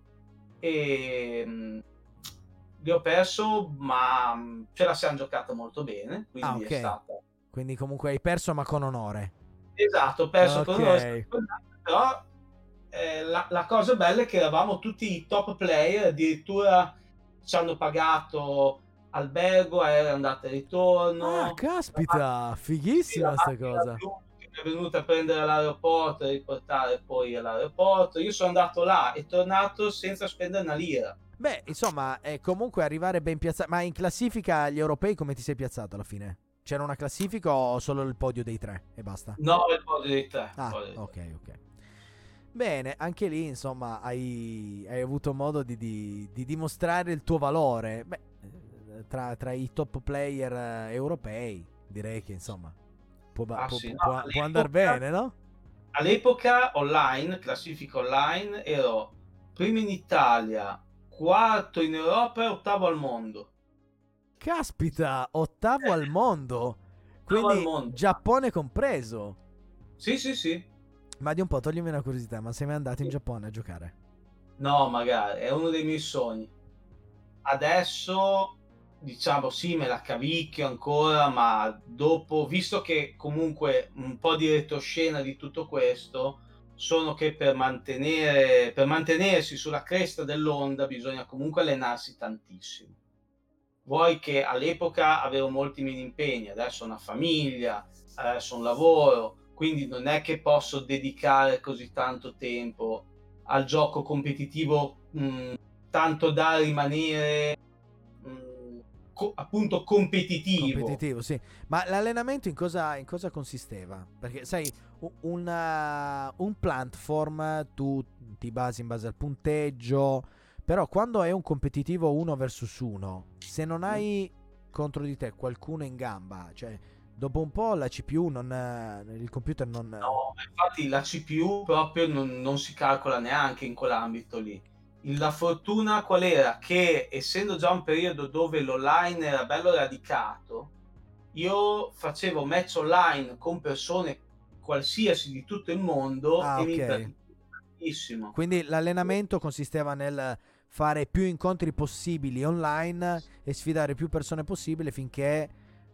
ehm, lì ho perso, ma, mhmm, ce la siam giocata molto bene, Ah, quindi è ok. stata Quindi comunque hai perso ma con onore. esatto, ho perso con Ok. loro, però ehm, la la cosa bella è che eravamo tutti i top player, addirittura ci hanno pagato albergo, aereo andata e Ah, ritorno, la ma caspita, sì, la fighissima sta macchina cosa. blu che mi è venuta a prendere all'aeroporto e riportare poi all'aeroporto. Io sono andato là e tornato senza spendere una lira. Beh, insomma, è comunque arrivare ben piazzato. Ma in classifica agli europei come ti sei piazzato alla fine? C'era una classifica o solo il podio dei tre e basta? No, il podio dei tre, Ah, podio dei tre. ok, ok. Bene, anche lì, insomma, hai, hai avuto modo di, di- di dimostrare il tuo valore. Beh, eh, tra, tra i top player eh, europei, direi che, insomma, può, ba- Ah può, sì, può, no, può può andare all'epoca bene, no? all'epoca online, classifica online, ero primo in Italia, quarto in Europa e ottavo al mondo. Caspita, ottavo Eh, al mondo. ottavo al Quindi mondo. Giappone compreso. Sì, sì, sì. Ma di un po', toglimi una curiosità, ma sei mai andato in Sì. Giappone a giocare? No, magari, è uno dei miei sogni. Adesso, diciamo, sì, me la cavicchio ancora, ma dopo, visto che comunque un po' di retroscena di tutto questo, sono che per mantenere per mantenersi sulla cresta dell'onda bisogna comunque allenarsi tantissimo. Vuoi che all'epoca avevo molti meno impegni, adesso ho una famiglia, adesso un lavoro, quindi non è che posso dedicare così tanto tempo al gioco competitivo, mhmm, tanto da rimanere, mhmm, co appunto competitivo. Competitivo, sì. Ma l'allenamento in cosa, in cosa consisteva? Perché, sai, u- una- un platform tu ti basi in base al punteggio, però quando è un competitivo uno versus uno, se non Mh. hai contro di te qualcuno in gamba, cioè dopo un po' la C P U non, eh, il computer non... No, ma infatti la C P U proprio non non si calcola neanche in quell'ambito lì. Il la fortuna qual era? Che essendo già un periodo dove l'online era bello radicato, io facevo match online con persone qualsiasi di tutto il mondo Ah, e mi ok. divertivo tantissimo. Quindi l'allenamento consisteva nel fare più incontri possibili online e sfidare più persone possibili finché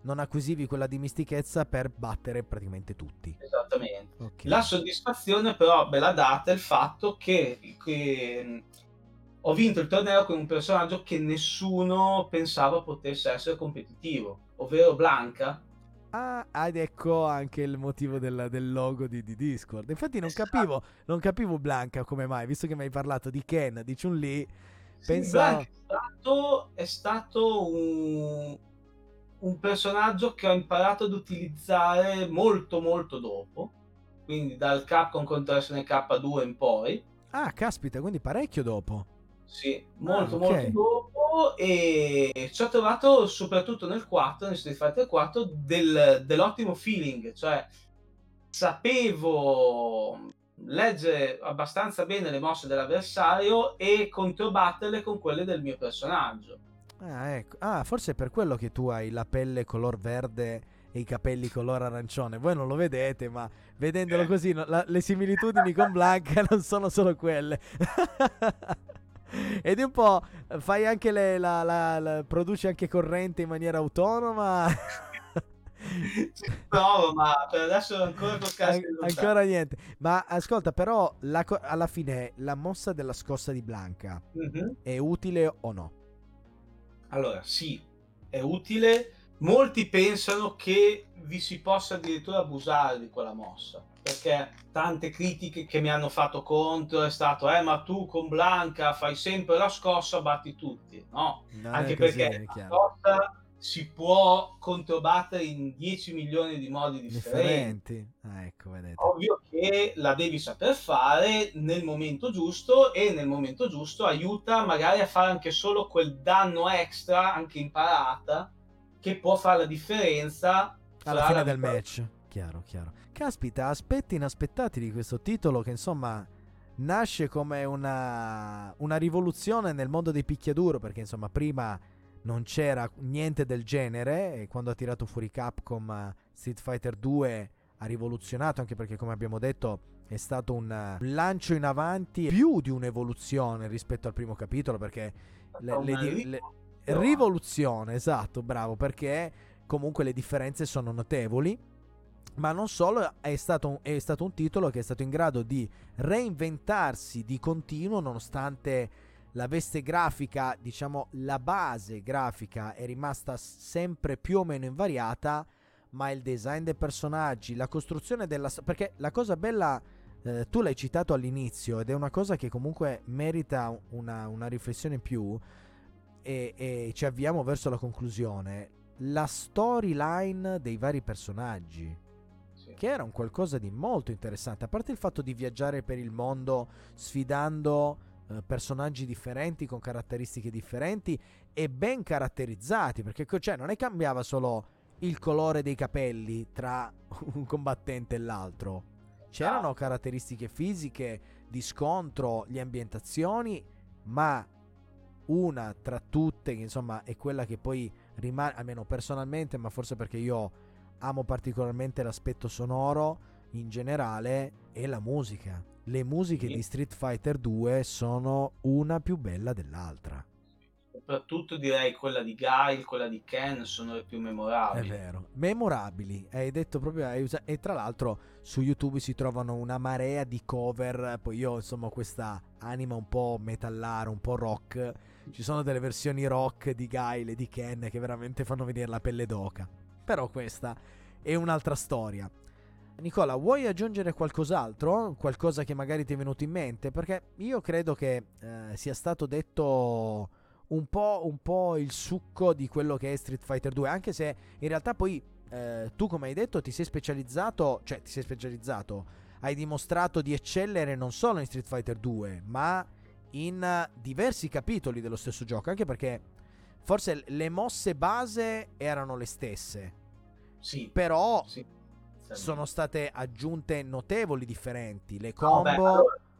non acquisivi quella dimestichezza per battere praticamente tutti. Esattamente. Ok. La soddisfazione però me l'ha data il fatto che, che mh, ho vinto il torneo con un personaggio che nessuno pensava potesse essere competitivo, ovvero Blanca. Ah, ed ecco anche il motivo del, del logo di, di Discord. Infatti non Esatto. capivo, non capivo Blanca come mai, visto che mi hai parlato di Ken, di Chun-Li, Sì, Blanca pensavo... è stato, è stato un, un personaggio che ho imparato ad utilizzare molto molto dopo, quindi dal Capcom Contra S N K due in poi. Ah, caspita, quindi parecchio dopo. Sì, Ah, molto, molto ok. dopo, e ci ho trovato soprattutto nel quattro, nel Street Fighter quattro, del dell'ottimo feeling, cioè sapevo leggere abbastanza bene le mosse dell'avversario e controbatterle con quelle del mio personaggio. Ah, ecco. Ah, forse è per quello che tu hai la pelle color verde e i capelli color arancione. Voi non lo vedete, ma vedendolo Eh. così, no- la- le similitudini con Blanca non sono solo quelle. Ed è un po'. Fai anche le, la, la- la- produci anche corrente in maniera autonoma. Ci provo, ma per adesso ancora con scarsi An- risultati. ancora niente. Ma ascolta, però, la co- alla fine la mossa della scossa di Blanca Mh-mh. è utile o no? Allora, sì, è utile. Molti pensano che vi si possa addirittura abusare di quella mossa, perché tante critiche che mi hanno fatto contro è stato: "Eh, ma tu con Blanca fai sempre la scossa, batti tutti". No, Non è anche così, perché è la chiaro. scossa si può controbattere in dieci milioni di modi differenti. Differenti. Ah, ecco, vedete. Ovvio che la devi saper fare nel momento giusto, e nel momento giusto aiuta magari a fare anche solo quel danno extra, anche in parata, che può fare la differenza Alla fra fine la del vittoria. match. Chiaro, chiaro. Caspita, aspetti inaspettati di questo titolo che insomma nasce come una, una rivoluzione nel mondo dei picchiaduro, perché insomma prima non c'era niente del genere e quando ha tirato fuori Capcom eh, Street Fighter due ha rivoluzionato, anche perché come abbiamo detto è stato un, un lancio in avanti, più di un'evoluzione rispetto al primo capitolo, perché È le, stata le una di- le- rivoluzione. rivoluzione, esatto, bravo, perché comunque le differenze sono notevoli. Ma non solo, è stato, un, è stato un titolo che è stato in grado di reinventarsi di continuo, nonostante la veste grafica, diciamo la base grafica è rimasta sempre più o meno invariata, ma il design dei personaggi, la costruzione della... perché la cosa bella, eh, tu l'hai citato all'inizio ed è una cosa che comunque merita una, una riflessione in più, e, e ci avviamo verso la conclusione, la storyline dei vari personaggi, Sì. che era un qualcosa di molto interessante, a parte il fatto di viaggiare per il mondo sfidando eh, personaggi differenti con caratteristiche differenti e ben caratterizzati, perché cioè, non è cambiava solo il colore dei capelli tra un combattente e l'altro, c'erano Esatto. caratteristiche fisiche di scontro, le ambientazioni, ma una tra tutte, che insomma è quella che poi rimane, almeno personalmente, ma forse perché io amo particolarmente l'aspetto sonoro in generale, è la musica. Le musiche Sì. di Street Fighter due sono una più bella dell'altra. Soprattutto direi quella di Guile, quella di Ken sono le più È memorabili. vero, memorabili. Hai detto proprio. Hai usa- e tra l'altro su YouTube si trovano una marea di cover. Poi io, insomma, ho questa anima un po' metallare, un po' rock. Ci sono delle versioni rock di Guile e di Ken che veramente fanno venire la pelle d'oca. Però questa è un'altra storia. Nicola, vuoi aggiungere qualcos'altro? Qualcosa che magari ti è venuto in mente? Perché io credo che eh, sia stato detto un po', un po' il succo di quello che è Street Fighter due, anche se in realtà poi eh, tu, come hai detto, ti sei specializzato, cioè ti sei specializzato, hai dimostrato di eccellere non solo in Street Fighter due, ma in eh, diversi capitoli dello stesso gioco, anche perché forse le mosse base erano le stesse, Sì, però sì, sono inizialmente. state aggiunte notevoli differenti, le No, beh, combo. allora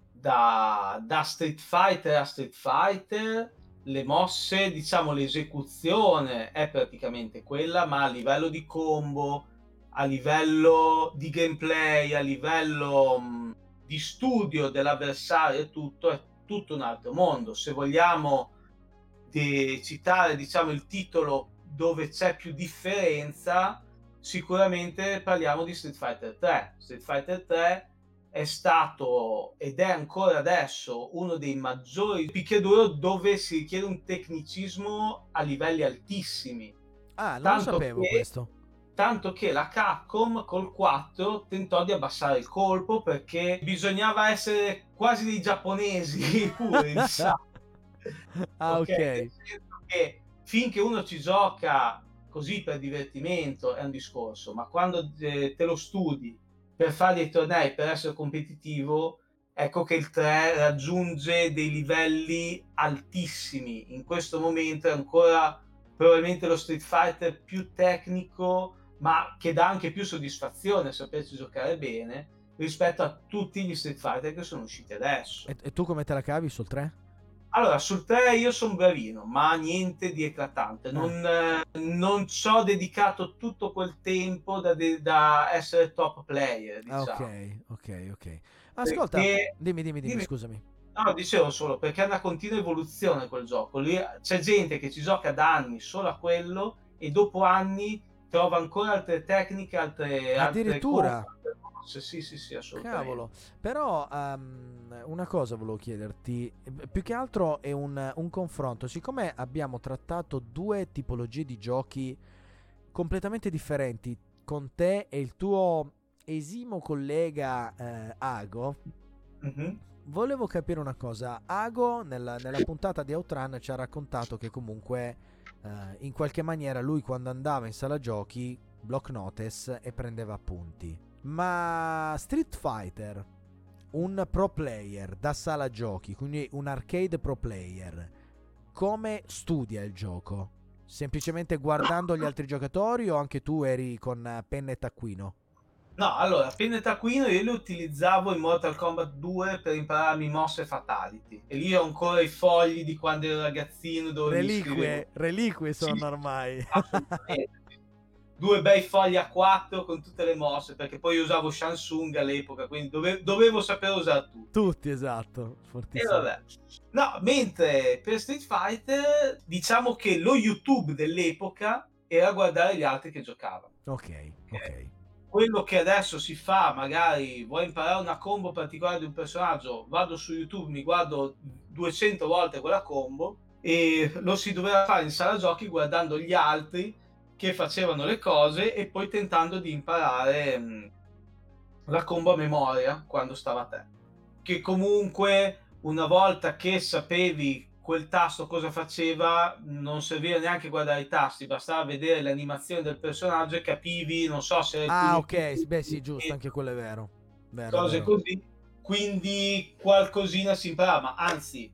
da da Street Fighter a Street Fighter, le mosse, diciamo l'esecuzione è praticamente quella, ma a livello di combo, a livello di gameplay, a livello, mhmm, di studio dell'avversario e tutto, è tutto un altro mondo. Se vogliamo de citare, diciamo, il titolo dove c'è più differenza, sicuramente parliamo di Street Fighter tre. Street Fighter tre è stato ed è ancora adesso uno dei maggiori picchiaduro dove si richiede un tecnicismo a livelli altissimi. Ah, non lo Tanto sapevo che, questo. tanto che la Capcom col quattro tentò di abbassare il colpo perché bisognava essere quasi dei giapponesi pure, diciamo. Ah, Ok, nel ok. senso che finché uno ci gioca così per divertimento è un discorso, ma quando eh, te lo studi per fare dei tornei, per essere competitivo, ecco che il tre raggiunge dei livelli altissimi. In questo momento è ancora probabilmente lo Street Fighter più tecnico, ma che dà anche più soddisfazione saperci giocare bene rispetto a tutti gli Street Fighter che sono usciti adesso. E, e tu come te la cavi sul tre? Allora, sul tre io son bravino, ma niente di eclatante. Ah. Non eh, non c'ho dedicato tutto quel tempo da de da essere top player, Ah, diciamo. ok, ok, ok. Ascolta, Perché dimmi, dimmi, dimmi, dimmi. scusami. No, dicevo solo perché è una continua evoluzione quel gioco. Lì c'è gente che ci gioca da anni solo a quello e dopo anni trova ancora altre tecniche, altre altre combo, Addirittura, altre mosse. Sì, sì, sì, cavolo. assolutamente. Però ehm, una cosa volevo chiederti, eh, più che altro è un, un confronto, siccome abbiamo trattato due tipologie di giochi completamente differenti, con te e il tuo esimo collega eh, Ago. Mh-mh. Volevo capire una cosa. Ago nella, nella puntata di Outrun ci ha raccontato che comunque eh, in qualche maniera lui quando andava in sala giochi block notice e prendeva appunti. Ma Street Fighter, un pro player da sala giochi, quindi un arcade pro player, come studia il gioco? Semplicemente guardando gli altri giocatori o anche tu eri con eh, penna e taccuino? No, allora, penna e taccuino io li utilizzavo in Mortal Kombat due per impararmi mosse fatality. E lì ho ancora i fogli di quando ero ragazzino dove mi scrivevo. Reliquie, reliquie Sì, sono sì, ormai. assolutamente. Due bei fogli A quattro con tutte le mosse, perché poi io usavo Shansung all'epoca, quindi dove- dovevo sapere usare tutto. Tutti, esatto, E fortissimo. vabbè. No, mentre per Street Fighter diciamo che lo YouTube dell'epoca era guardare gli altri che giocavano. Ok, ok. Okay. Quello che adesso si fa, magari vuoi imparare una combo particolare di un personaggio, vado su YouTube, mi guardo duecento volte quella combo e lo si doveva fare in sala giochi guardando gli altri che facevano le cose e poi tentando di imparare mh, la combo a memoria quando stava a te. Che comunque una volta che sapevi quel tasto cosa faceva, non serviva neanche guardare i tasti, bastava vedere l'animazione del personaggio e capivi, non so se era il Ah, pugno ok, più s- beh piccolo, sì, giusto, anche quello è vero. Vero, cose vero. così. Quindi qualcosina si imparava, ma anzi,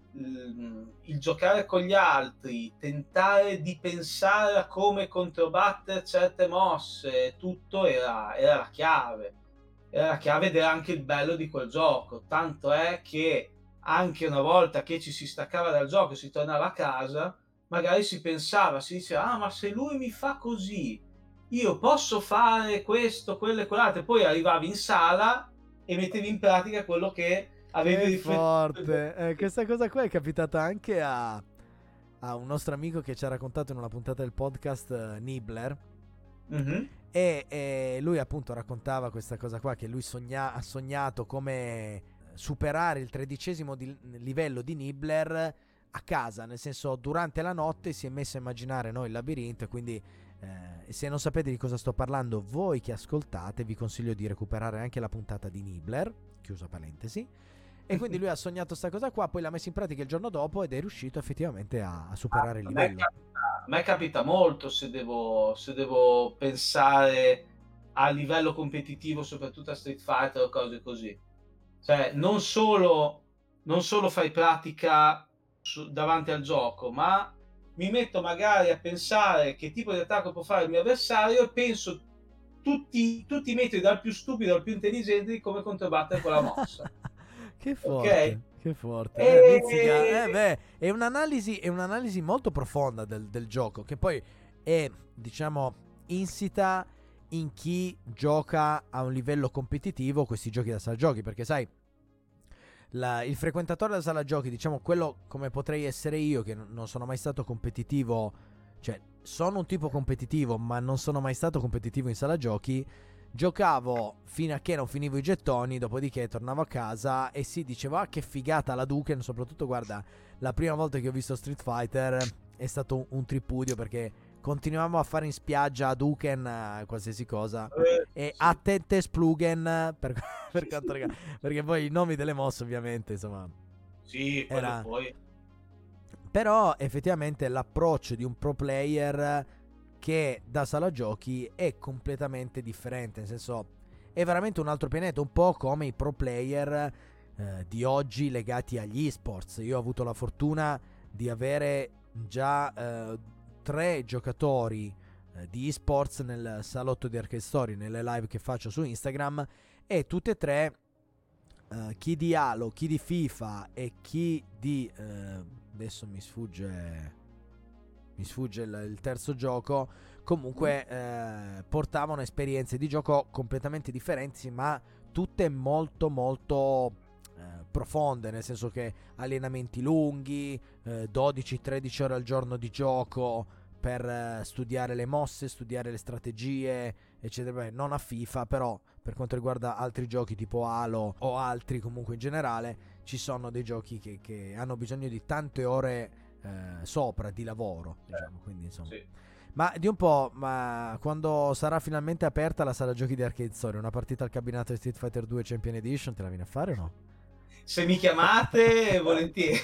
il, il giocare con gli altri, tentare di pensare a come controbattere certe mosse, tutto era, era la chiave. Era la chiave ed era anche il bello di quel gioco. Tanto è che anche una volta che ci si staccava dal gioco e si tornava a casa, magari si pensava, si diceva, ah, ma se lui mi fa così, io posso fare questo, quello e quell'altro. E poi arrivavi in sala e mettevi in pratica quello che avevi Che riflettuto. forte. Eh, questa cosa qua è capitata anche a, a un nostro amico che ci ha raccontato in una puntata del podcast, eh, Nibbler. Mhm. E, e lui appunto raccontava questa cosa qua, che lui sogna- ha sognato come superare il tredicesimo di- livello di Nibbler a casa, nel senso durante la notte si è messo a immaginare no, il labirinto e quindi eh, se non sapete di cosa sto parlando voi che ascoltate vi consiglio di recuperare anche la puntata di Nibbler, chiusa parentesi, e quindi lui ha sognato sta cosa qua, poi l'ha messa in pratica il giorno dopo ed è riuscito effettivamente a, a superare il A me livello. capita, a me capita molto se devo, se devo pensare a livello competitivo, soprattutto a Street Fighter o cose così. Cioè, non solo, non solo fai pratica su- davanti al gioco, ma mi metto magari a pensare che tipo di attacco può fare il mio avversario e penso tutti, tutti i metodi dal più stupido al più intelligente di come controbattere quella mossa. Che Ok? forte, che forte. Eh, Mizzica, eh E... beh, è un'analisi, è un'analisi molto profonda del, del gioco, che poi è, diciamo, insita in chi gioca a un livello competitivo questi giochi da sala giochi, perché sai, la- il frequentatore della sala giochi, diciamo quello come potrei essere io, che n- non sono mai stato competitivo, cioè sono un tipo competitivo, ma non sono mai stato competitivo in sala giochi. Giocavo fino a che non finivo i gettoni, dopodiché tornavo a casa e si diceva ah, che figata la Duken. Soprattutto, guarda, la prima volta che ho visto Street Fighter è stato un, un tripudio, perché continuavamo a fare in spiaggia a Duken uh, qualsiasi cosa, Eh, e sì. Attente Splugen per, per quanto riguarda, perché poi i nomi delle mosse ovviamente, insomma, Sì, quello era... poi. Però effettivamente l'approccio di un pro player che da sala giochi è completamente differente, nel senso è veramente un altro pianeta, un po' come i pro player eh, di oggi legati agli esports. Io ho avuto la fortuna di avere già eh, tre giocatori eh, di esports nel salotto di Arcade Story, nelle live che faccio su Instagram, e tutte e tre, eh, chi di Halo, chi di FIFA e chi di eh, adesso mi sfugge mi sfugge il, il terzo gioco, comunque eh, portavano esperienze di gioco completamente differenti, ma tutte molto molto eh, profonde, nel senso che allenamenti lunghi, eh, dodici tredici ore al giorno di gioco per eh, studiare le mosse, studiare le strategie, eccetera. Beh, non a FIFA, però per quanto riguarda altri giochi tipo Halo o altri comunque in generale, ci sono dei giochi che, che hanno bisogno di tante ore eh, sopra di lavoro, diciamo, quindi insomma. Sì. Ma di un po', ma quando sarà finalmente aperta la sala giochi di Arcade Story, una partita al cabinato di Street Fighter due Champion Edition te la viene a fare o no? Se mi chiamate, volentieri.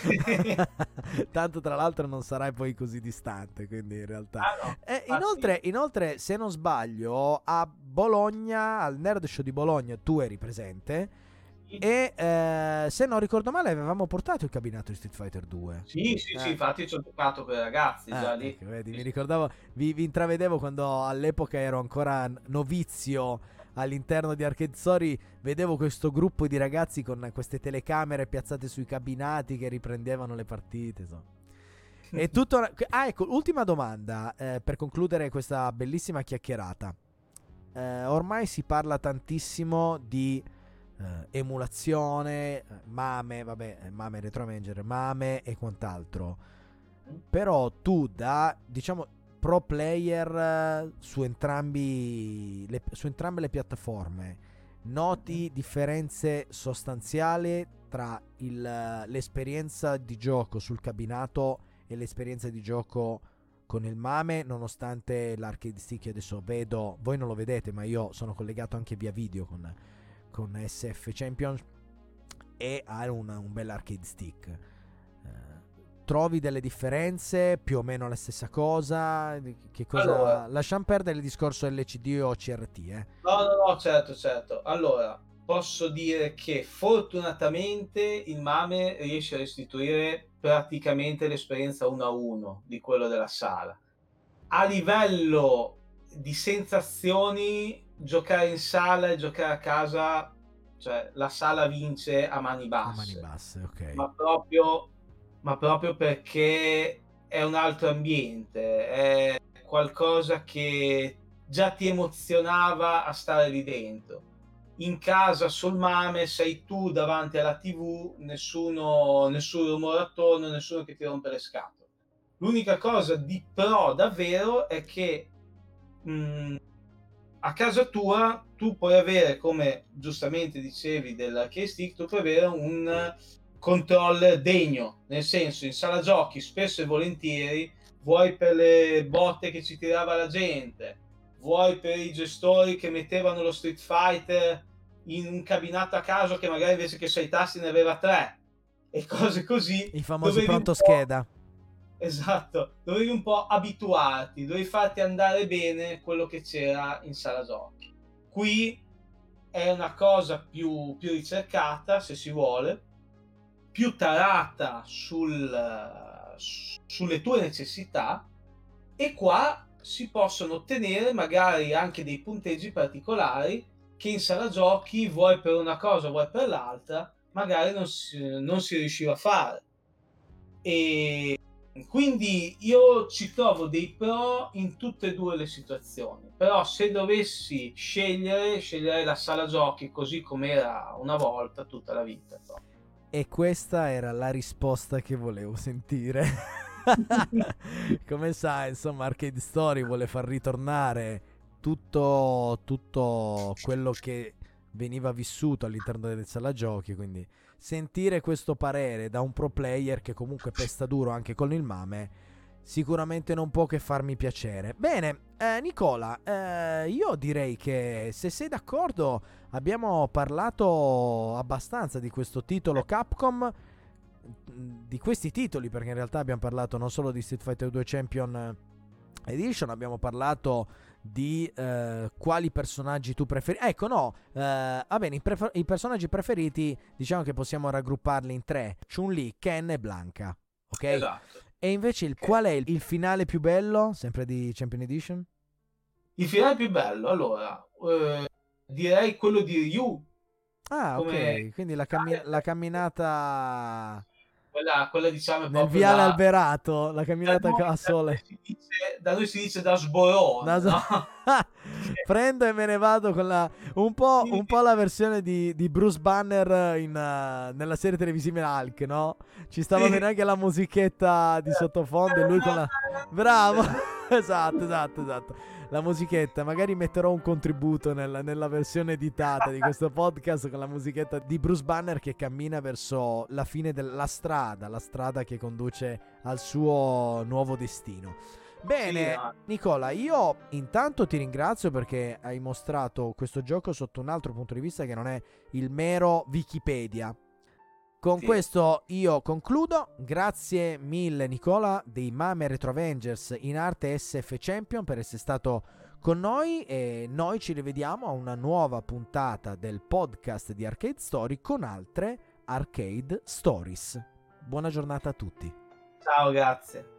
Tanto tra l'altro non sarai poi così distante, quindi in realtà Ah, no. eh, Ah, inoltre, sì. inoltre se non sbaglio a Bologna, al Nerd Show di Bologna, tu eri presente e eh, se non ricordo male avevamo portato il cabinato di Street Fighter due. Sì, sì, sì, eh. infatti ci ho giocato per i ragazzi Ah, già lì. ecco, vedi, mi ricordavo, vi, vi intravedevo quando all'epoca ero ancora novizio all'interno di Arcade Story, vedevo questo gruppo di ragazzi con queste telecamere piazzate sui cabinati che riprendevano le partite, insomma. E tutto... Ah, ecco, ultima domanda eh, per concludere questa bellissima chiacchierata. Eh, ormai si parla tantissimo di eh, emulazione, mame, vabbè, mame Retro Avenger, mame e quant'altro. Però tu da, diciamo, pro player su entrambi le, su entrambe le piattaforme noti differenze sostanziali tra il, l'esperienza di gioco sul cabinato e l'esperienza di gioco con il mame, nonostante l'arcade stick adesso vedo, voi non lo vedete ma io sono collegato anche via video con, con S F Champions e ha un, un bel arcade stick. Trovi delle differenze, più o meno la stessa cosa? Che cosa... Allora, Lasciamo perdere il discorso L C D o C R T, eh? no, no, no, certo, certo. Allora, posso dire che fortunatamente il MAME riesce a restituire praticamente l'esperienza uno a uno di quello della sala. A livello di sensazioni, giocare in sala e giocare a casa, cioè la sala vince a mani A mani basse, basse, ok. ma proprio, ma proprio perché è un altro ambiente, è qualcosa che già ti emozionava a stare lì dentro. In casa sul MAME sei tu davanti alla tivù, nessuno, nessun rumore attorno, nessuno che ti rompe le scatole. L'unica cosa di pro davvero è che mh, a casa tua tu puoi avere, come giustamente dicevi dell'arcade stick, tu puoi avere un controller degno, nel senso in sala giochi spesso e volentieri, vuoi per le botte che ci tirava la gente, vuoi per i gestori che mettevano lo Street Fighter in un cabinato a caso che magari invece che sei tasti ne aveva tre e cose così, I famosi dovevi pronto un po'... scheda. Esatto, dovevi un po' abituarti, dovevi farti andare bene quello che c'era in sala giochi. Qui è una cosa più, più ricercata, se si vuole, più tarata sul, sulle tue necessità, e qua si possono ottenere magari anche dei punteggi particolari che in sala giochi, vuoi per una cosa, vuoi per l'altra, magari non si, non si riusciva a fare. E quindi io ci trovo dei pro in tutte e due le situazioni, però se dovessi scegliere, sceglierei la sala giochi così com'era una volta, tutta la vita. Però. E questa era la risposta che volevo sentire. Come sai, insomma, Arcade Story vuole far ritornare tutto, tutto quello che veniva vissuto all'interno delle sala giochi, quindi sentire questo parere da un pro player che comunque pesta duro anche con il mame sicuramente non può che farmi piacere. Bene, eh, Nicola, eh, io direi che se sei d'accordo abbiamo parlato abbastanza di questo titolo Capcom, di questi titoli, perché in realtà abbiamo parlato non solo di Street Fighter due Champion Edition, abbiamo parlato di eh, quali personaggi tu preferisci. Ecco, no, eh, va bene, i, prefer- i personaggi preferiti diciamo che possiamo raggrupparli in tre: Chun-Li, Ken e Blanca, ok? Esatto. E invece il, qual è il, il finale più bello, sempre di Champion Edition? Il finale più bello, allora, eh, direi quello di Ryu. Ah, Come ok, quindi la, cammi- la camminata quella, quella diciamo è nel proprio viale da, alberato, la da, camminata noi, a da, noi sole. si dice, da noi si dice da sborone, Naso- no? Prendo e me ne vado con la un po', Sì, un po' la versione di, di Bruce Banner in, uh, nella serie televisiva Hulk, no? Ci stava sì. bene anche la musichetta di sottofondo e lui con la... Bravo! Esatto, esatto, esatto. La musichetta, magari metterò un contributo nella, nella versione editata di questo podcast con la musichetta di Bruce Banner che cammina verso la fine della strada, la strada che conduce al suo nuovo destino. Bene, Sì, no. Nicola, io intanto ti ringrazio perché hai mostrato questo gioco sotto un altro punto di vista che non è il mero Wikipedia. Con Sì. questo io concludo. Grazie mille Nicola dei Mame Retro Avengers in arte S F Champion per essere stato con noi, e noi ci rivediamo a una nuova puntata del podcast di Arcade Story con altre Arcade Stories. Buona giornata a tutti. Ciao, grazie.